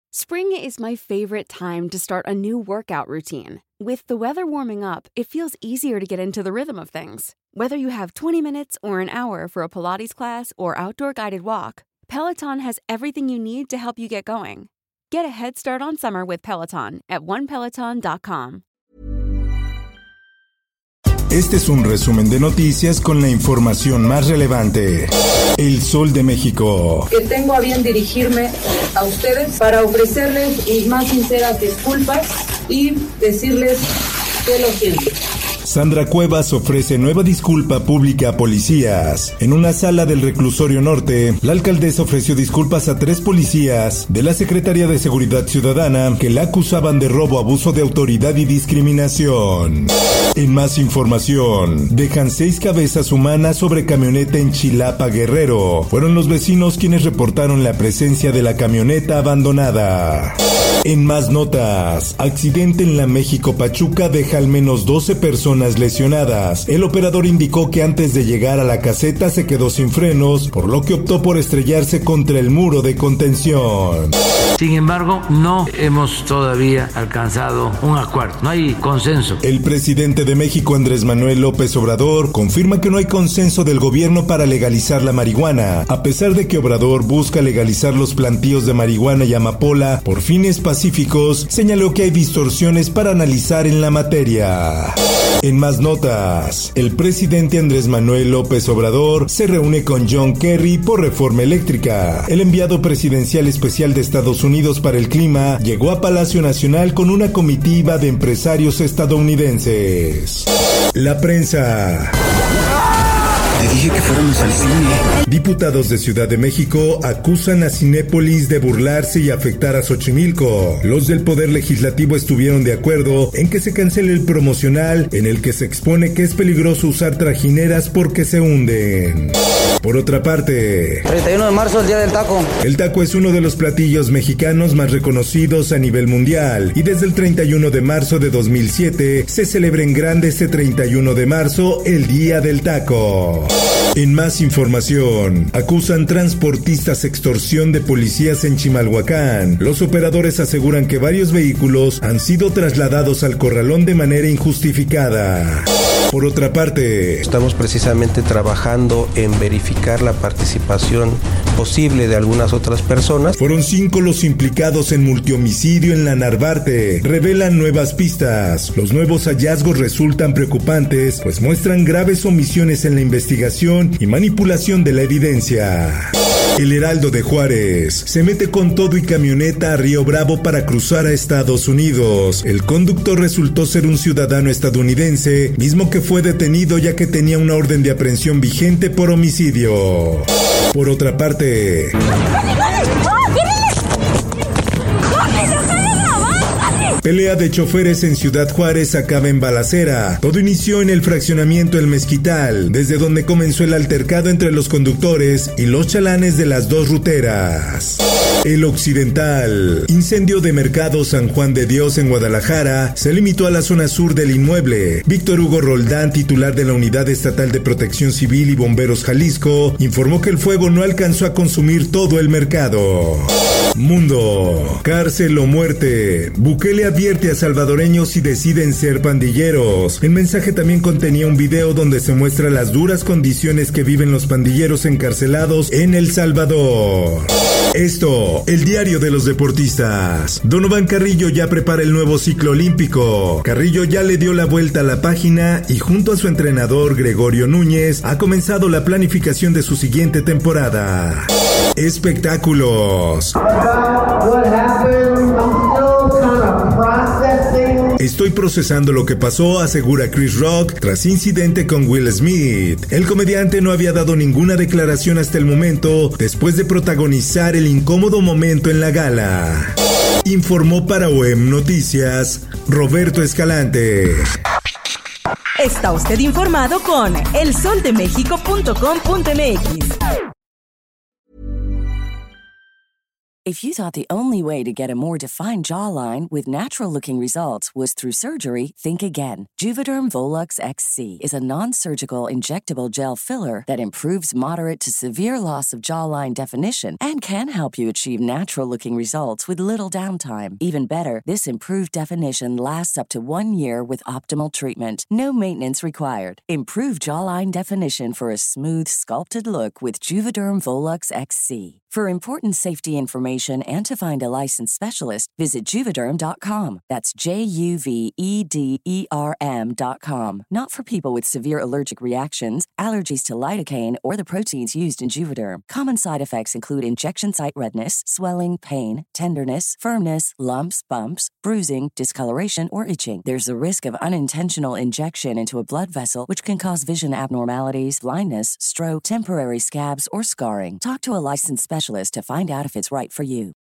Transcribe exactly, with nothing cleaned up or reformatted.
Spring is my favorite time to start a new workout routine. With the weather warming up, it feels easier to get into the rhythm of things. Whether you have twenty minutes or an hour for a Pilates class or outdoor guided walk, Peloton has everything you need to help you get going. Get a head start on summer with Peloton at one peloton dot com. Este es un resumen de noticias con la información más relevante. El Sol de México. Que tengo a bien dirigirme a ustedes para ofrecerles mis más sinceras disculpas y decirles que lo siento. Sandra Cuevas ofrece nueva disculpa pública a policías. En una sala del Reclusorio Norte, la alcaldesa ofreció disculpas a tres policías de la Secretaría de Seguridad Ciudadana que la acusaban de robo, abuso de autoridad y discriminación. En más información, dejan seis cabezas humanas sobre camioneta en Chilapa, Guerrero. Fueron los vecinos quienes reportaron la presencia de la camioneta abandonada. En más notas, accidente en la México-Pachuca deja al menos doce personas lesionadas. El operador indicó que antes de llegar a la caseta se quedó sin frenos, por lo que optó por estrellarse contra el muro de contención. Sin embargo, no hemos todavía alcanzado un acuerdo, no hay consenso. El presidente de México, Andrés Manuel López Obrador, confirma que no hay consenso del gobierno para legalizar la marihuana. A pesar de que Obrador busca legalizar los plantíos de marihuana y amapola por fines pacíficos, señaló que hay distorsiones para analizar en la materia. En más notas, el presidente Andrés Manuel López Obrador se reúne con John Kerry por reforma eléctrica. El enviado presidencial especial de Estados Unidos para el clima llegó a Palacio Nacional con una comitiva de empresarios estadounidenses. La prensa. Te dije que fuéramos al cine. Diputados de Ciudad de México acusan a Cinépolis de burlarse y afectar a Xochimilco. Los del Poder Legislativo estuvieron de acuerdo en que se cancele el promocional en el que se expone que es peligroso usar trajineras porque se hunden. Por otra parte, treinta y uno de marzo, el Día del Taco. El taco es uno de los platillos mexicanos más reconocidos a nivel mundial y desde el treinta y uno de marzo de dos mil siete se celebra en grande este treinta y uno de marzo el Día del Taco. En más información, acusan transportistas extorsión de policías en Chimalhuacán. Los operadores aseguran que varios vehículos han sido trasladados al corralón de manera injustificada. Por otra parte, estamos precisamente trabajando en verificar la participación posible de algunas otras personas. Fueron cinco los implicados en multihomicidio en la Narvarte. Revelan nuevas pistas. Los nuevos hallazgos resultan preocupantes, pues muestran graves omisiones en la investigación y manipulación de la evidencia. El Heraldo de Juárez se mete con todo y camioneta a Río Bravo para cruzar a Estados Unidos. El conductor resultó ser un ciudadano estadounidense, mismo que fue detenido ya que tenía una orden de aprehensión vigente por homicidio. Por otra parte, pelea de choferes en Ciudad Juárez acaba en balacera. Todo inició en el fraccionamiento El Mezquital, desde donde comenzó el altercado entre los conductores y los chalanes de las dos ruteras. El Occidental. Incendio de Mercado San Juan de Dios en Guadalajara se limitó a la zona sur del inmueble. Víctor Hugo Roldán, titular de la Unidad Estatal de Protección Civil y Bomberos Jalisco, informó que el fuego no alcanzó a consumir todo el mercado. Mundo. Cárcel o muerte. Bukele advierte a salvadoreños si deciden ser pandilleros. El mensaje también contenía un video donde se muestra las duras condiciones que viven los pandilleros encarcelados en El Salvador. Esto, el diario de los deportistas. Donovan Carrillo ya prepara el nuevo ciclo olímpico. Carrillo ya le dio la vuelta a la página y junto a su entrenador Gregorio Núñez ha comenzado la planificación de su siguiente temporada. Espectáculos. Estoy procesando lo que pasó, asegura Chris Rock tras incidente con Will Smith. El comediante no había dado ninguna declaración hasta el momento después de protagonizar el incómodo momento en la gala. Informó para O E M Noticias Roberto Escalante. Está usted informado con el sol de méxico punto com punto m x. If you thought the only way to get a more defined jawline with natural-looking results was through surgery, think again. Juvederm Volux X C is a non-surgical injectable gel filler that improves moderate to severe loss of jawline definition and can help you achieve natural-looking results with little downtime. Even better, this improved definition lasts up to one year with optimal treatment. No maintenance required. Improve jawline definition for a smooth, sculpted look with Juvederm Volux X C. For important safety information and to find a licensed specialist, visit Juvederm dot com. That's J U V E D E R M dot com. Not for people with severe allergic reactions, allergies to lidocaine, or the proteins used in Juvederm. Common side effects include injection site redness, swelling, pain, tenderness, firmness, lumps, bumps, bruising, discoloration, or itching. There's a risk of unintentional injection into a blood vessel, which can cause vision abnormalities, blindness, stroke, temporary scabs, or scarring. Talk to a licensed specialist to find out if it's right for you.